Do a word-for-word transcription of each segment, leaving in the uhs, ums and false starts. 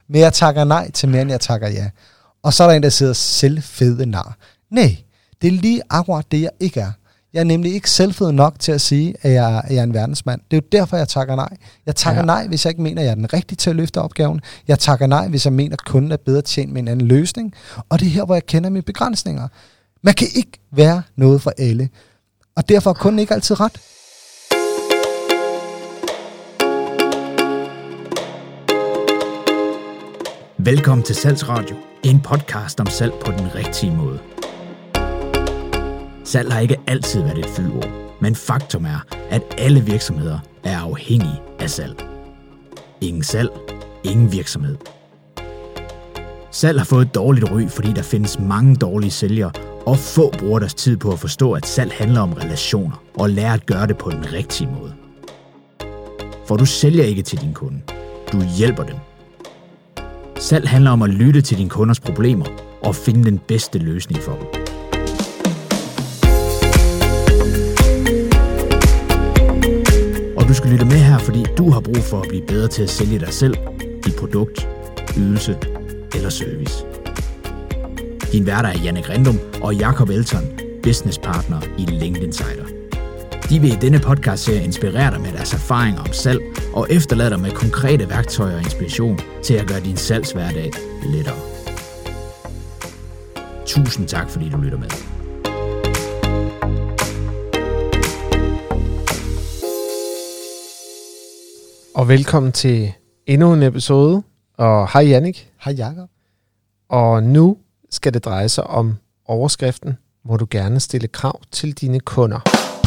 Men jeg takker nej til mere, end jeg takker ja. Og så er der en, der sidder selvfede nar. Nej, det er lige akkurat det, jeg ikke er. Jeg er nemlig ikke selvfed nok til at sige, at jeg, at jeg er en verdensmand. Det er jo derfor, jeg takker nej. Jeg takker ja. nej, hvis jeg ikke mener, at jeg er den rigtige til at løfte opgaven. Jeg takker nej, hvis jeg mener, at kunden er bedre tjent med en anden løsning. Og det er her, hvor jeg kender mine begrænsninger. Man kan ikke være noget for alle. Og derfor er kunden ikke altid ret. Velkommen til Salgsradio, en podcast om salg på den rigtige måde. Salg har ikke altid været et fyldord, men faktum er, at alle virksomheder er afhængige af salg. Ingen salg, ingen virksomhed. Salg har fået et dårligt ry, fordi der findes mange dårlige sælgere, og få bruger deres tid på at forstå, at salg handler om relationer, og lære at gøre det på den rigtige måde. For du sælger ikke til din kunde, du hjælper dem. Salg handler om at lytte til dine kunders problemer og finde den bedste løsning for dem. Og du skal lytte med her, fordi du har brug for at blive bedre til at sælge dig selv, dit produkt, ydelse eller service. Din værter er Janne Grindum og Jakob Elton, businesspartner i LinkedIn Insider. De vil i denne podcast-serie inspirere dig med deres erfaringer om salg og efterlade dig med konkrete værktøjer og inspiration til at gøre din salgshverdag lettere. Tusind tak, fordi du lytter med. Og velkommen til endnu en episode. Og hej Jannik. Hej Jakob. Og nu skal det dreje sig om overskriften, må du gerne stille krav til dine kunder.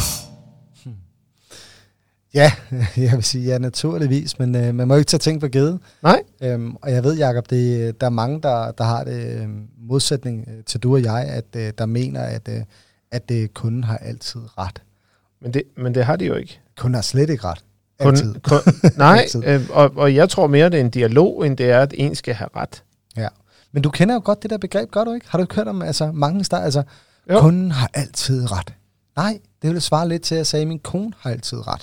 Ja, jeg vil sige ja, naturligvis, men øh, man må jo ikke tage ting for givet. Nej. Øhm, og jeg ved, Jacob, det, der er mange, der, der har det øh, modsætning øh, til du og jeg, at øh, der mener, at, øh, at øh, kunden har altid ret. Men det, men det har de jo ikke. Kunden har slet ikke ret. Altid. Kun, kun, nej, øh, og, og jeg tror mere, det er en dialog, end det er, at en skal have ret. Ja, men du kender jo godt det der begreb, gør du ikke? Har du ikke hørt om altså, mange steder? Altså, kunden har altid ret. Nej, det vil svare lidt til, at jeg sagde, at min kone har altid ret.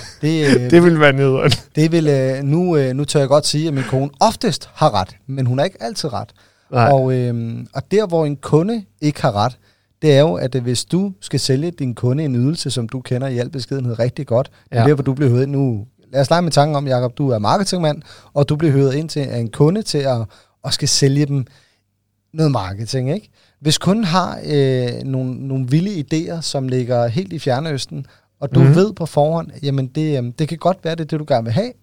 Det, det vil være nederen. Det vil, nu, nu tør jeg godt sige, at min kone oftest har ret, men hun har ikke altid ret. Og, øhm, og der, hvor en kunde ikke har ret, det er jo, at hvis du skal sælge din kunde en ydelse, som du kender i al beskedenhed rigtig godt, ja. Det er der, hvor du bliver hørt nu. Lad os lege med tanken om, Jacob, du er marketingmand, og du bliver hørt ind til en kunde til at, at skal sælge dem noget marketing, ikke? Hvis kunden har øh, nogle, nogle vilde idéer, som ligger helt i Fjernøsten, og du mm. ved på forhånd, jamen det, det kan godt være, det er det, du gerne vil have,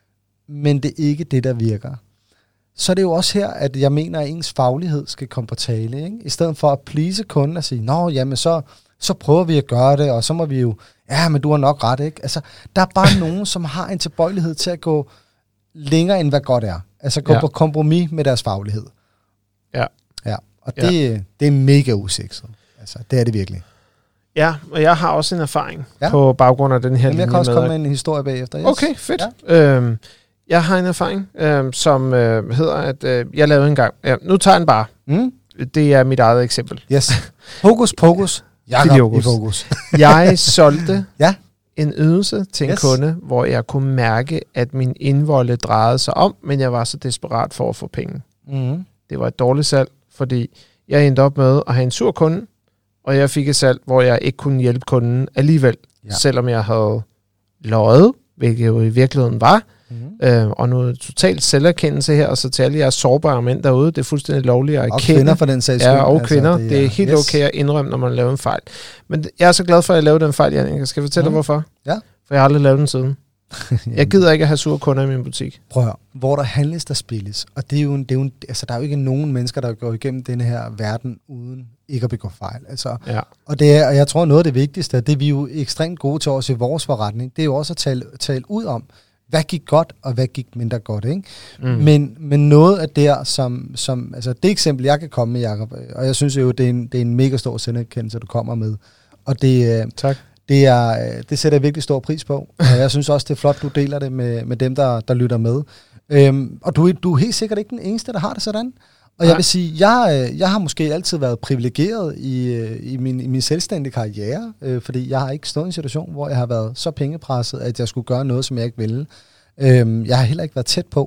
men det er ikke det, der virker. Så er det jo også her, at jeg mener, at ens faglighed skal komme på tale, ikke? I stedet for at please kunden og sige, nå, jamen så, så prøver vi at gøre det, og så må vi jo, ja, men du har nok ret, ikke? Altså, der er bare nogen, som har en tilbøjelighed til at gå længere, end hvad godt er. Altså gå ja. på kompromis med deres faglighed. Ja. Ja, og det, ja. det er mega usikset. Altså, det er det virkelig. Ja, og jeg har også en erfaring ja. på baggrund af den her linje. Jeg kan også komme med en historie bagefter. Yes. Okay, fedt. Ja. Øhm, jeg har en erfaring, øhm, som øh, hedder, at øh, jeg lavede en gang. Ja, nu tager jeg den bare. Mm. Det er mit eget eksempel. Yes. Hokus pokus. Jakob i fokus. Jeg solgte ja. en ydelse til en yes. kunde, hvor jeg kunne mærke, at min indvolde drejede sig om, men jeg var så desperat for at få penge. Mm. Det var et dårligt salg, fordi jeg endte op med at have en sur kunde, og jeg fik et salg, hvor jeg ikke kunne hjælpe kunden alligevel, ja. selvom jeg havde løjet, hvilket jo i virkeligheden var. Mm-hmm. Øh, og noget totalt selverkendelse her, og så til alle jeres sårbare mænd derude, det er fuldstændig lovligt at erkende. Og kvinder for den sags skyld. Ja, og altså, kvinder. Det er, det er helt yes. okay at indrømme, når man laver en fejl. Men jeg er så glad for, at jeg lavede den fejl, Jannik. Skal jeg fortælle mm. dig, hvorfor? Ja. For jeg har aldrig lavet den siden. Jeg gider ikke at have sure kunder i min butik. Prøv at høre. Hvor der handles, der spilles. Og det er jo, en, det er jo en, altså, der er jo ikke nogen mennesker, der går igennem den her verden uden ikke at begå fejl. Altså, ja. og, det er, og jeg tror, noget af det vigtigste, og det vi er jo ekstremt gode til også i vores forretning, det er jo også at tale, tale ud om, hvad gik godt, og hvad gik mindre godt, ikke? Mm. Men, men noget af det, som, som, altså det eksempel, jeg kan komme med, Jacob, og jeg synes jo, det er en, det er en mega stor selverkendelse, du kommer med. Og det, tak. Det, er, det sætter jeg virkelig stor pris på. Og jeg synes også, det er flot, du deler det med, med dem, der, der lytter med. Øhm, og du, du er helt sikkert ikke den eneste, der har det sådan. Og jeg vil sige, jeg, jeg har måske altid været privilegeret i, i, min, i min selvstændige karriere, øh, fordi jeg har ikke stået i en situation, hvor jeg har været så pengepresset, at jeg skulle gøre noget, som jeg ikke ville. Øhm, jeg har heller ikke været tæt på.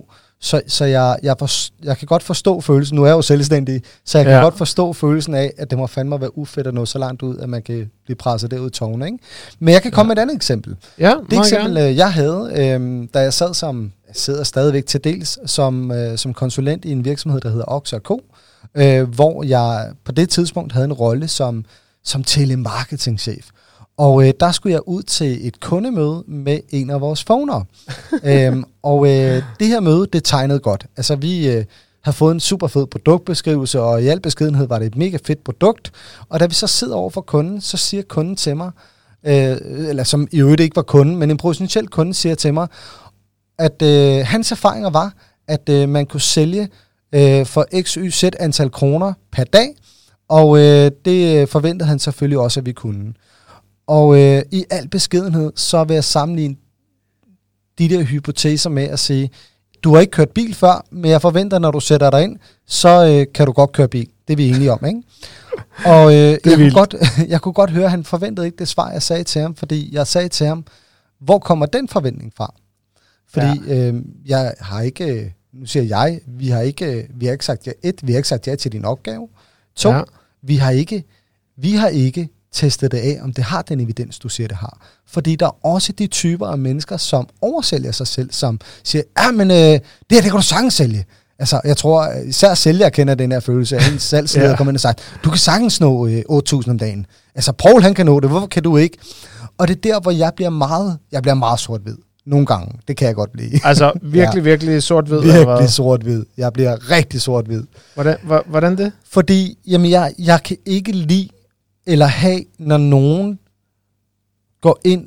Så, så jeg, jeg, for, jeg kan godt forstå følelsen, nu er jeg jo selvstændig, så jeg kan ja. godt forstå følelsen af, at det må fandme være ufedt at nå så langt ud, at man kan blive presset derud i tårne, ikke? Men jeg kan komme ja. med et andet eksempel. Ja, det eksempel, gerne. jeg havde, øh, da jeg sad som, jeg sidder stadigvæk til dels, som, øh, som konsulent i en virksomhed, der hedder Ox og Co., øh, hvor jeg på det tidspunkt havde en rolle som, som telemarketingchef. Og øh, der skulle jeg ud til et kundemøde med en af vores phoner. øhm, og øh, det her møde, det tegnede godt. Altså vi øh, har fået en super fed produktbeskrivelse, og i al beskedenhed var det et mega fedt produkt. Og da vi så sidder over for kunden, så siger kunden til mig, øh, eller som i øvrigt ikke var kunden, men en potentiel kunde siger til mig, at øh, hans erfaringer var, at øh, man kunne sælge øh, for x y z antal kroner per dag, og øh, det forventede han selvfølgelig også, at vi kunne. Og øh, i al beskedenhed, så vil jeg sammenligne de der hypoteser med at sige, du har ikke kørt bil før, men jeg forventer, når du sætter dig ind, så øh, kan du godt køre bil. Det er vi enige om, ikke? Og øh, jeg, kunne godt, jeg kunne godt høre, at han forventede ikke det svar, jeg sagde til ham, fordi jeg sagde til ham, hvor kommer den forventning fra? Fordi ja. øh, jeg har ikke, nu siger jeg, vi har ikke, vi har ikke sagt ja, et, vi har ikke sagt ja til din opgave. To, ja. vi har ikke, vi har ikke testet det af, om det har den evidens, du siger, det har. Fordi der er også de typer af mennesker, som oversælger sig selv, som siger, ja, men øh, det her, det kan du sagtens sælge. Altså, jeg tror, især sælger kender den her følelse af en salgsleder, ja. kommer ind og sagt, du kan sagtens nå øh, otte tusind om dagen. Altså, Paul, han kan nå det, hvorfor kan du ikke? Og det er der, hvor jeg bliver meget, jeg bliver meget sort-hvid. Nogle gange, det kan jeg godt blive. Altså, virkelig, ja. virkelig sort-hvid? Virkelig sort-hvid. Jeg bliver rigtig sort-hvid. Hvordan, hvordan det? Fordi, jamen, jeg, jeg kan ikke lide eller have, når nogen går ind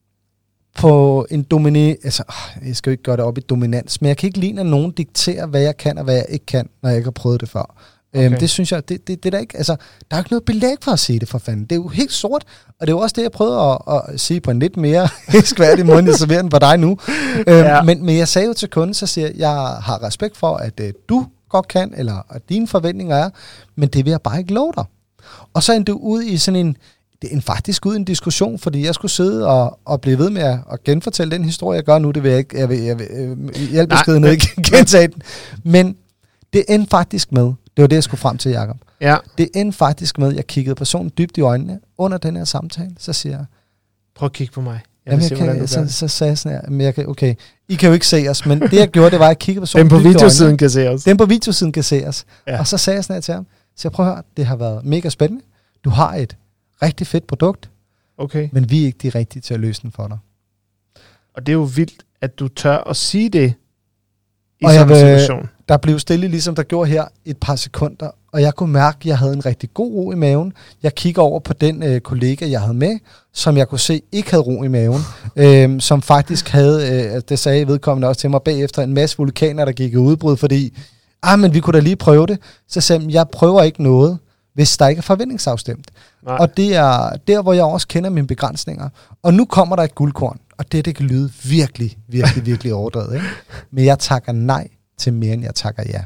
på en dominans, altså, jeg skal jo ikke gøre det op i dominans, men jeg kan ikke lide, når nogen dikterer, hvad jeg kan og hvad jeg ikke kan, når jeg ikke har prøvet det før. Okay. Øhm, det synes jeg, det, det, det der ikke, altså, der er ikke noget belæg for at sige det, for fanden. Det er jo helt sort, og det er jo også det, jeg prøvede at, at sige på en lidt mere skværdig måde, jeg serverer den for dig nu. øhm, ja. men, men jeg sagde jo til kunden, så siger jeg, jeg har respekt for, at øh, du godt kan, eller at dine forventninger er, men det vil jeg bare ikke love dig. Og så endte det ud i sådan en, det er faktisk ud i en diskussion, fordi jeg skulle sidde og, og blive ved med at, at genfortælle den historie, jeg gør nu. Det vil jeg ikke, jeg vil, jeg vil, i al beskedenhed ikke gentage den. Men det endte faktisk med, det var det, jeg skulle frem til, Jacob. Ja. Det endte faktisk med, jeg kiggede personen dybt i øjnene under den her samtale, så siger jeg, prøv at kigge på mig. Jeg jamen, se, jeg kan, så, så sagde jeg sådan her, men jeg kan, okay, I kan jo ikke se os, men det jeg gjorde, det var, at jeg kiggede personen dybt i øjnene. Den på videosiden kan se os. Den på videosiden kan se os. Ja. Og så sagde jeg sådan her til ham, så jeg prøver at høre, det har været mega spændende. Du har et rigtig fedt produkt, okay. men vi er ikke de rigtige til at løse den for dig. Og det er jo vildt, at du tør at sige det i og sådan en vil, situation. Der blev stille, ligesom der gjorde her, et par sekunder, og jeg kunne mærke, at jeg havde en rigtig god ro i maven. Jeg kigger over på den øh, kollega, jeg havde med, som jeg kunne se ikke havde ro i maven, øh, som faktisk havde, øh, det sagde vedkommende også til mig bagefter, en masse vulkaner, der gik i udbrud, fordi, ah, men vi kunne da lige prøve det. Så sagde jeg, jeg prøver ikke noget, hvis der ikke er forventningsafstemt. Nej. Og det er der, hvor jeg også kender mine begrænsninger. Og nu kommer der et guldkorn, og det, det kan lyde virkelig, virkelig, virkelig overdrevet, ikke? Men jeg takker nej til mere, end jeg takker ja.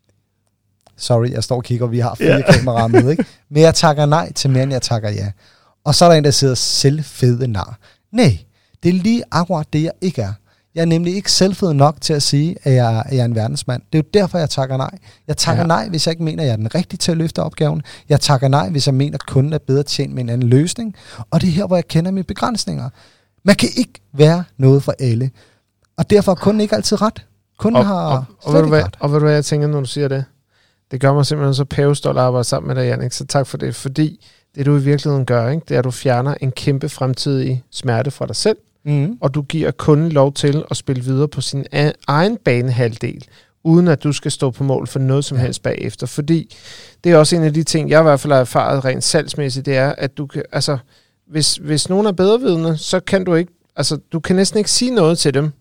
Sorry, jeg står og kigger, vi har fire yeah. kameraer med, ikke? Men jeg takker nej til mere, end jeg takker ja. Og så er der en, der sidder selvfede nar. Nej, det er lige akkurat det, jeg ikke er. Jeg er nemlig ikke selvfed nok til at sige, at jeg, at jeg er en verdensmand. Det er jo derfor, jeg takker nej. Jeg takker ja. nej, hvis jeg ikke mener, at jeg er den rigtige til at løfte opgaven. Jeg takker nej, hvis jeg mener, at kunden er bedre tjent med en anden løsning. Og det er her, hvor jeg kender mine begrænsninger. Man kan ikke være noget for alle. Og derfor har kunden ikke altid ret. Kunden og, har og, og, og, hvad, og ved du hvad jeg tænker, når du siger det? Det gør mig simpelthen så pævestolt at arbejde sammen med dig, Jannik. Så tak for det. Fordi det, du i virkeligheden gør, ikke, det er, at du fjerner en kæmpe fremtidig smerte fra dig selv. Mm. Og du giver kunden lov til at spille videre på sin egen banehalvdel, uden at du skal stå på mål for noget som helst bagefter. Fordi det er også en af de ting, jeg i hvert fald har erfaret rent salgsmæssigt, det er, at du kan, altså, hvis, hvis nogen er bedrevidende, så kan du ikke, altså, du kan næsten ikke sige noget til dem,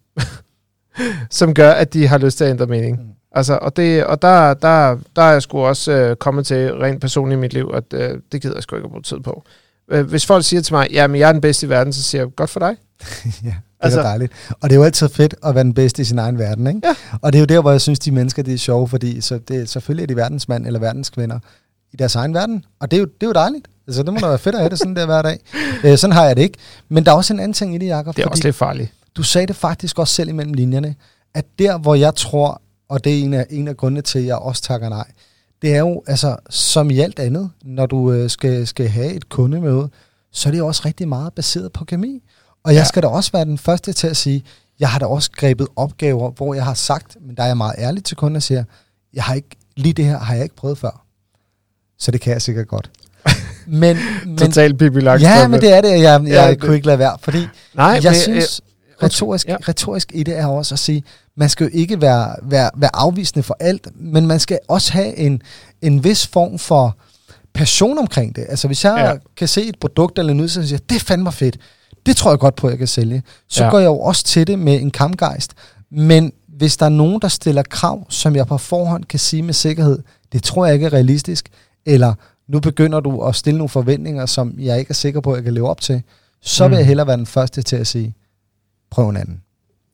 som gør, at de har lyst til at ændre mening. Mm. Altså, og det, og der, der, der er jeg sgu også øh, kommet til rent personligt i mit liv, at øh, det gider jeg sgu ikke at bruge tid på. Øh, hvis folk siger til mig, jamen jeg er den bedste i verden, så siger jeg, godt for dig. Ja, det altså, er dejligt. Og det er jo altid fedt at være den bedste i sin egen verden, ikke? Ja. Og det er jo der, hvor jeg synes, de mennesker, de er sjove, fordi så det, selvfølgelig er de verdensmand eller verdenskvinder i deres egen verden. Og det er jo, det er jo dejligt. Altså, det må da være fedt at have det sådan der hver dag. Øh, sådan har jeg det ikke. Men der er også en anden ting i det, Jacob. Det er også lidt farligt. Du sagde det faktisk også selv imellem linjerne, at der, hvor jeg tror, og det er en af, en af grundene til, at jeg også takker nej, det er jo, altså, som i alt andet, når du øh, skal, skal have et kundemøde, så er det også rigtig meget baseret på kemi. Og jeg ja. skal da også være den første til at sige, jeg har da også grebet opgaver, hvor jeg har sagt, men der er jeg meget ærlig til kunden og siger, jeg har ikke, lige det her har jeg ikke prøvet før. Så det kan jeg sikkert godt. Men, men, Total Pippi Langstrømpe. Ja, men det er det, jeg, jeg, jeg ja, kunne ikke lade være, fordi nej, jeg men, synes, øh, retorisk, ja. retorisk i det er også at sige, man skal jo ikke være, være, være afvisende for alt, men man skal også have en, en vis form for passion omkring det. Altså hvis jeg ja. kan se et produkt eller noget, så siger det er fandme fedt, det tror jeg godt på, at jeg kan sælge, så ja. går jeg jo også til det med en kampgejst. Men hvis der er nogen, der stiller krav, som jeg på forhånd kan sige med sikkerhed, det tror jeg ikke er realistisk, eller nu begynder du at stille nogle forventninger, som jeg ikke er sikker på, at jeg kan leve op til, så vil mm. jeg hellere være den første til at sige, prøv en anden.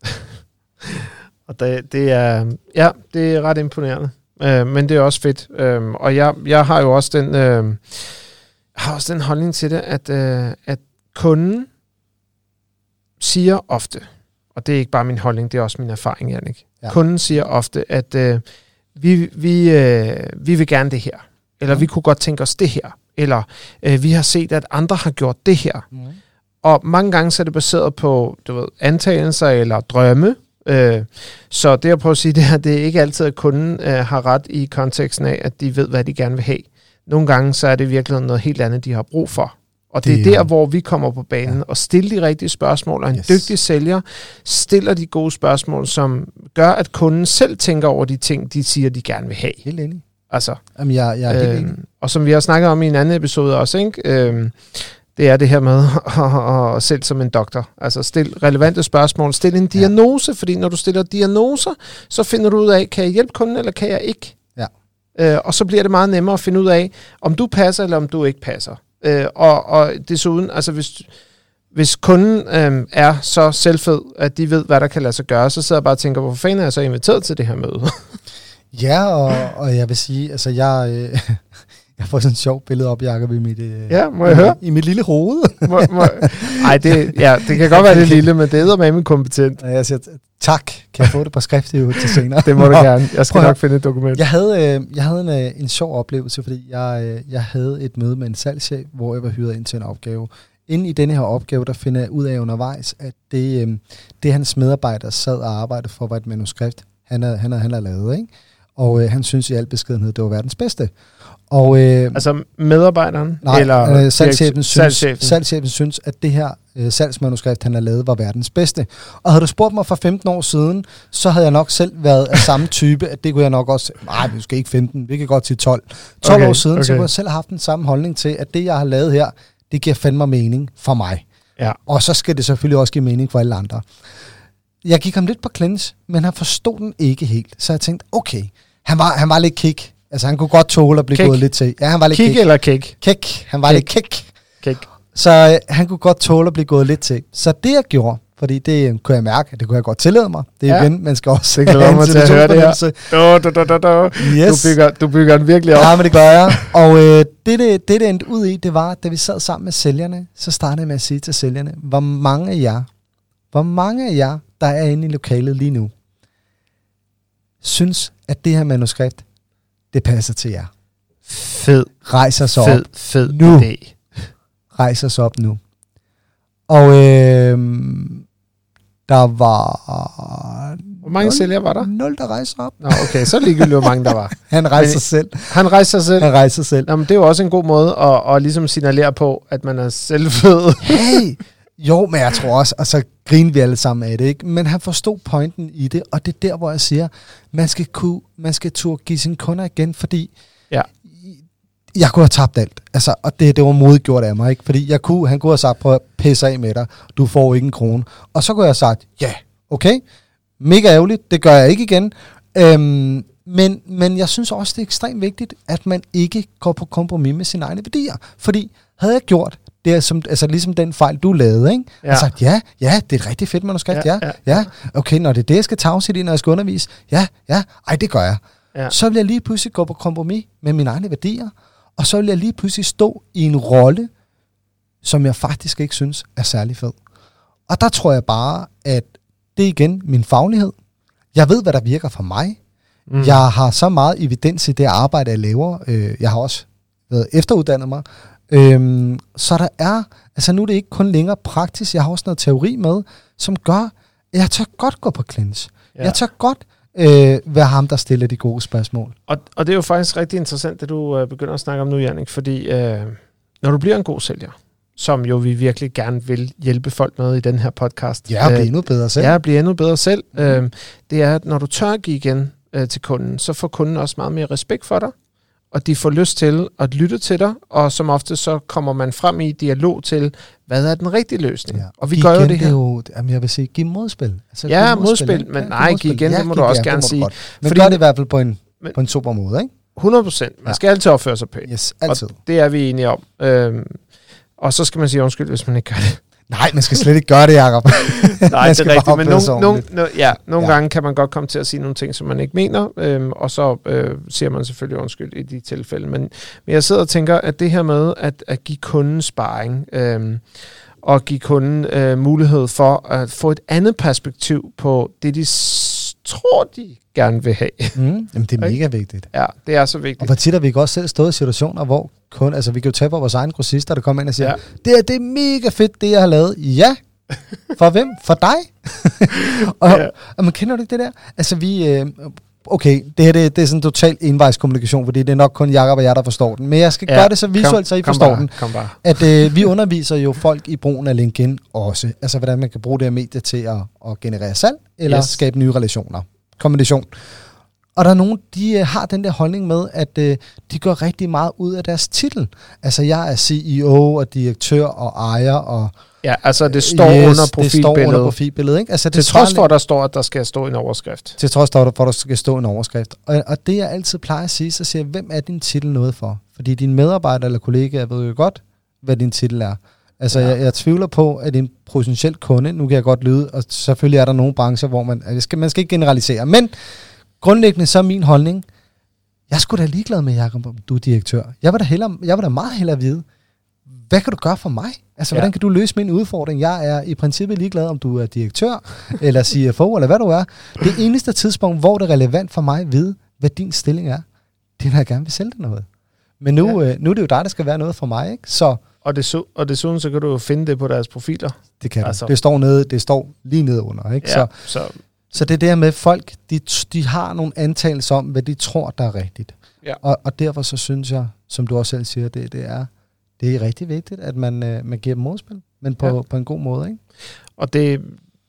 Og det, det er ja, det er ret imponerende, øh, men det er også fedt. Øh, og jeg, jeg har jo også den, øh, har også den holdning til det, at øh, at kunden siger ofte, og det er ikke bare min holdning, det er også min erfaring, Jannik. Ja. Kunden siger ofte, at øh, vi vi øh, vi vil gerne det her, eller mm. vi kunne godt tænke os det her, eller øh, vi har set, at andre har gjort det her. Mm. Og mange gange så er det baseret på, du ved, antagelser eller drømme. Øh, så det jeg prøver at sige, det er, det er ikke altid, at kunden øh, har ret i konteksten af, at de ved, hvad de gerne vil have. Nogle gange så er det virkelig noget helt andet, de har brug for. Og det, det er der, hvor vi kommer på banen ja. og stiller de rigtige spørgsmål, og en yes. dygtig sælger stiller de gode spørgsmål, som gør, at kunden selv tænker over de ting, de siger, de gerne vil have. Helt enig. Altså, Jamen, jeg, jeg er helt øh, enig. Og som vi har snakket om i en anden episode også, ikke? Øh, det er det her med at, at sælge som en doktor. Altså stil relevante spørgsmål, stil en diagnose, ja. fordi når du stiller diagnoser, så finder du ud af, kan jeg hjælpe kunden, eller kan jeg ikke? Ja. Øh, og så bliver det meget nemmere at finde ud af, om du passer, eller om du ikke passer. Øh, og, og desuden, altså hvis, hvis kunden øh, er så selvfed, at de ved, hvad der kan lade sig gøre, så sidder jeg bare og tænker, hvorfor fanden er jeg så inviteret til det her møde? Ja, og, og jeg vil sige, altså jeg... Øh Jeg får sådan et sjovt billede op, Jacob, i mit, øh, ja, må jeg høre? I mit lille hoved. må, må, ej, det, ja, det kan godt være det lille, men det er med min kompetent. Jeg siger, tak, kan jeg få det på skrift til senere? Det må du gerne. Jeg skal nok finde et dokument. Jeg havde, øh, jeg havde en, øh, en sjov oplevelse, fordi jeg, øh, jeg havde et møde med en salgschef, hvor jeg var hyret ind til en opgave. Inden i denne her opgave, der finder jeg ud af undervejs, at det, øh, det hans medarbejdere sad og arbejdede for, var et manuskript, han havde, han havde, han havde lavet, ikke? Og øh, han synes i al beskedenhed, det var verdens bedste. Og, øh, altså medarbejderen? Nej, eller øh, salgschefen, synes, salgschefen. salgschefen synes, at det her øh, salgsmanuskript, han har lavet, var verdens bedste. Og havde du spurgt mig for femten år siden, så havde jeg nok selv været af samme type, at det kunne jeg nok også... Nej, vi skal ikke femten, vi kan godt til tolv. tolv okay, år siden, okay. Så kunne jeg selv have haft den samme holdning til, at det, jeg har lavet her, det giver fandme mening for mig. Ja. Og så skal det selvfølgelig også give mening for alle andre. Jeg gik ham lidt på clinch, men han forstod den ikke helt. Så jeg tænkte, okay, han var, han var lidt kick. Altså, han kunne godt tåle at blive kick. gået lidt til. Ja, han var lidt kick. Kick eller kick? Kick. Han var kick. lidt kick. Kick. Så øh, han kunne godt tåle at blive gået lidt til. Så det, jeg gjorde, fordi det øh, kunne jeg mærke, at det kunne jeg godt tillade mig. Det er ja. igen, man skal også det glæder mig til at høre det her. Du, du, du, du. Yes. du, bygger, du bygger den virkelig op. Ja, men det gør jeg. Og øh, det, det, det, det endte ud i, det var, da vi sad sammen med sælgerne, så startede jeg med at sige til sælgerne, hvor mange af jer, hvor mange af jer, der er inde i lokalet lige nu, synes, at det her manuskript, det passer til jer. Fed. Rejser sig fed, op. Fed nu. idé. Rejser sig op nu. Og øh, der var... Hvor mange sælgere var der? Nul, der rejser op. Nå, okay, så ligegyldigt, hvor mange der var. Han rejser sig selv. Han rejser sig selv? Han rejser sig selv. Jamen, det er jo også en god måde at, at ligesom signalere på, at man er selvfed. Hey! Jo, men jeg tror også, og så griner vi alle sammen af det, ikke? Men han forstod pointen i det, og det er der, hvor jeg siger, man skal kunne, man skal turde give sine kunder igen, fordi ja. jeg kunne have tabt alt. Altså, og det, det var modgjort af mig, ikke? Fordi jeg kunne, han kunne have sagt, prøv at pisse af med dig, du får ikke en krone. Og så kunne jeg have sagt, ja, okay, mega ærgerligt, det gør jeg ikke igen. Øhm, men, men jeg synes også, det er ekstremt vigtigt, at man ikke går på kompromis med sine egne værdier. Fordi havde jeg gjort det er som, altså ligesom den fejl, du lavede, ikke? Ja. Jeg har sagt, ja, ja, det er et rigtig fedt manuskript, ja, ja, ja, ja. Okay, når det er det, jeg skal tavse i, når jeg skal undervise, ja, ja, ej, det gør jeg. Ja. Så vil jeg lige pludselig gå på kompromis med mine egne værdier, og så vil jeg lige pludselig stå i en rolle, som jeg faktisk ikke synes er særlig fed. Og der tror jeg bare, at det er igen min faglighed. Jeg ved, hvad der virker for mig, Mm. Jeg har så meget evidens i det arbejde, jeg laver. Øh, jeg har også været efteruddannet mig. Øhm, så der er, altså nu er det ikke kun længere praktisk, jeg har også noget teori med, som gør, at jeg tør godt gå på clinch. Ja. Jeg tør godt øh, være ham, der stiller de gode spørgsmål. Og, og det er jo faktisk rigtig interessant, det du øh, begynder at snakke om nu, Jannik, fordi øh, når du bliver en god sælger, som jo vi virkelig gerne vil hjælpe folk med i den her podcast. Ja, at blive endnu bedre selv. Ja, at blive endnu bedre selv. Mm. Øh, det er, at når du tør at give igen øh, til kunden, så får kunden også meget mere respekt for dig, og de får lyst til at lytte til dig, og som ofte så kommer man frem i dialog til, hvad er den rigtige løsning? Ja. Og vi gør jo det her. Det jo, jamen jeg vil sige, giv modspil. Altså, ja, giv modspil, modspil, men ja, nej, giv igen, ja, det må du også ja, gerne sige. Men gør det i hvert fald på en, men, på en super måde, ikke? hundrede procent. Man ja. skal altid opføre sig pænt. Yes, altid. Og det er vi enige om. Øhm, og så skal man sige undskyld, hvis man ikke gør det. Nej, man skal slet ikke gøre det, Jacob. Nej, det er rigtigt, men nogle, nogle, no, ja, nogle ja. gange kan man godt komme til at sige nogle ting, som man ikke mener, øhm, og så øh, siger man selvfølgelig undskyld i de tilfælde. Men, men jeg sidder og tænker, at det her med at, at give kunden sparring, øh, og give kunden øh, mulighed for at få et andet perspektiv på det, de s- tror, de gerne vil have. Mm, jamen, det er mega vigtigt. Ja, det er så vigtigt. Og hvor tit har vi ikke også selv stået i situationer, hvor kun, altså vi kan jo tage på vores egen grossister, der kommer ind og siger, ja. det er, det er mega fedt, det jeg har lavet. Ja, for hvem? For dig? og, ja. og man kender du ikke det der? Altså vi, øh, okay, det her det, det er sådan total envejskommunikation, fordi det er nok kun Jacob og jeg, der forstår den. Men jeg skal ja. gøre det så visuelt, så I forstår bare, den. bare. At øh, vi underviser jo folk i brugen af LinkedIn også. Altså hvordan man kan bruge det her medie til at, at generere salg, eller yes. skabe nye relationer. Kombination. Og der er nogen, de øh, har den der holdning med, at øh, de går rigtig meget ud af deres titel. Altså jeg er C E O og direktør og ejer og... Ja, altså det står yes, under profilbilledet. det står under profilbilledet, ikke? Altså, det til trods for, at der står, at der skal stå en overskrift. Til trods for, at der skal stå en overskrift. Og, og det jeg altid plejer at sige, så siger jeg, hvem er din titel noget for? Fordi dine medarbejdere eller kollegaer ved jo godt, hvad din titel er. Altså ja. jeg, jeg tvivler på, at en potentiel kunde, nu kan jeg godt lyde, og selvfølgelig er der nogle brancher, hvor man, altså, skal, man skal ikke generalisere, men grundlæggende så er min holdning, jeg skulle da ligeglad med, Jacob, om du er direktør. Jeg vil da, hellere, jeg vil da meget hellere vide, hvad kan du gøre for mig? Altså, ja. hvordan kan du løse min udfordring? Jeg er i princippet ligeglad, om du er direktør, eller C F O, eller hvad du er. Det eneste tidspunkt, hvor det er relevant for mig at vide, hvad din stilling er, det er, når jeg gerne vil sælge dig noget. Men nu, ja. øh, nu er det jo dig, der skal være noget for mig, ikke? Så, og, det, og desuden, så kan du jo finde det på deres profiler. Det kan altså. du. Det står, nede, det står lige nede under, ikke? Ja, så, så. så det er der med, folk, de, de har nogle antagelser om, hvad de tror, der er rigtigt. Ja. Og, og derfor så synes jeg, som du også selv siger, det, det er... Det er rigtig vigtigt, at man, øh, man giver dem modspil, men på, ja. på en god måde, ikke? Og det,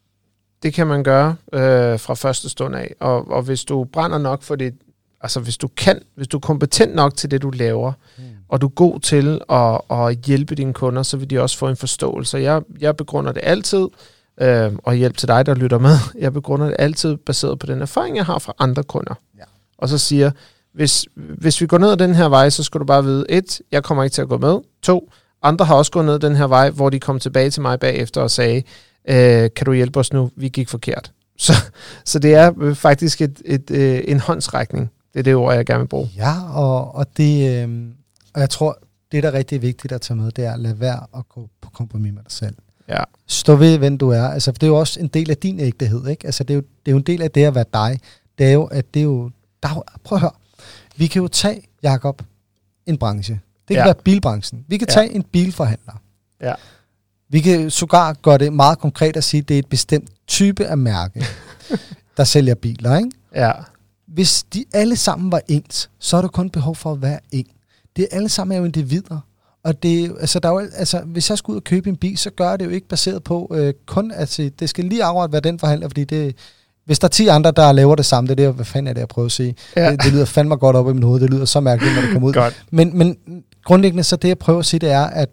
det kan man gøre øh, fra første stund af. Og, og hvis du brænder nok for det, altså hvis du kan, hvis du er kompetent nok til det, du laver, mm. og du er god til at, at hjælpe dine kunder, så vil de også få en forståelse. Jeg, jeg begrunder det altid, øh, og hjælp til dig, der lytter med, jeg begrunder det altid baseret på den erfaring, jeg har fra andre kunder. Ja. Og så siger Hvis, hvis vi går ned ad den her vej, så skal du bare vide, et, jeg kommer ikke til at gå med. To, andre har også gået ned ad den her vej, hvor de kom tilbage til mig bagefter og sagde, øh, kan du hjælpe os nu? Vi gik forkert. Så, så det er faktisk et, et, et, en håndsrækning. Det er det ord, jeg gerne vil bruge. Ja, og, og, det, øh, og jeg tror, det der er rigtig vigtigt at tage med, det er at lade være at gå på kompromis med dig selv. Ja. Stå ved, hvem du er. Altså, for det er jo også en del af din ægtehed, ikke? Altså, det er jo, det er jo en del af det at være dig. Det er jo, at det er jo... Der er jo prøv at høre. Vi kan jo tage, Jacob, en branche. Det kan ja. være bilbranchen. Vi kan tage ja. en bilforhandler. Ja. Vi kan sågar gøre det meget konkret at sige, at det er et bestemt type af mærke, der sælger biler, ikke? Ja. Hvis de alle sammen var ens, så er der kun behov for at være en. Det er alle sammen er jo individer. Og det, altså, der er jo, altså, hvis jeg skal ud og købe en bil, så gør jeg det jo ikke baseret på øh, kun, at altså, det skal lige akkurat være den forhandler, fordi det hvis der er ti andre, der laver det samme, det er det, hvad fanden er det, jeg prøver at sige? Ja. Det, det lyder fandme godt op i mit hoved, det lyder så mærkeligt, når det kommer ud. Godt. Men, men grundlæggende, så det, jeg prøver at sige, det er, at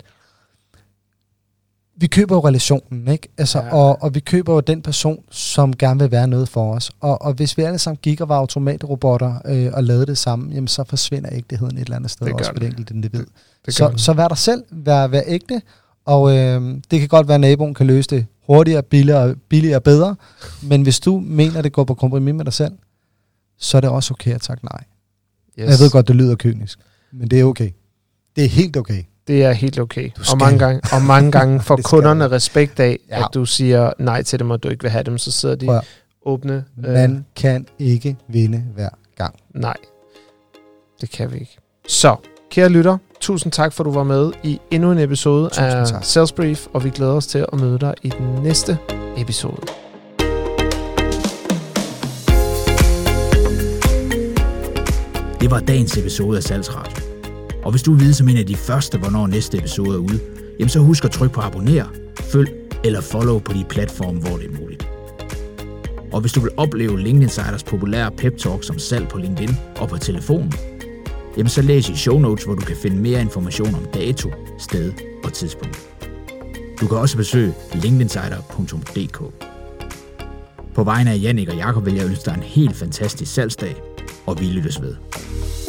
vi køber jo relationen, ikke? Altså, ja. og, og vi køber jo den person, som gerne vil være noget for os. Og, og hvis vi alle sammen gik og var automatrobotter øh, og lavede det samme, jamen så forsvinder ægteheden et eller andet sted, også på det enkelte individ. Det, det så, så vær dig selv, vær, vær ægte, og øh, det kan godt være, at naboen kan løse det hurtigere, billigere, billigere og bedre, men hvis du mener, det går på kompromis med dig selv, så er det også okay at sige nej. Yes. Jeg ved godt, det lyder kynisk, men det er okay. Det er helt okay. Det er helt okay. Og mange gange, og mange gange får kunderne respekt af, ja. at du siger nej til dem, og du ikke vil have dem, så sidder de åbne. Man øh. kan ikke vinde hver gang. Nej, det kan vi ikke. Så, kære lytter, tusind tak for, at du var med i endnu en episode tusind af tak. Sales Brief, og vi glæder os til at møde dig i den næste episode. Det var dagens episode af Salgsradio. Og hvis du vil vide som en af de første, hvornår næste episode er ude, jamen så husk at trykke på abonner, følg eller follow på de platforme, hvor det er muligt. Og hvis du vil opleve LinkedIn Insiders populære pep talk som salg på LinkedIn og på telefonen, jamen så læs i show notes, hvor du kan finde mere information om dato, sted og tidspunkt. Du kan også besøge linkedinsider punktum d k. På vegne af Jannik og Jakob vil jeg ønske dig en helt fantastisk salgsdag, og vi lyttes ved.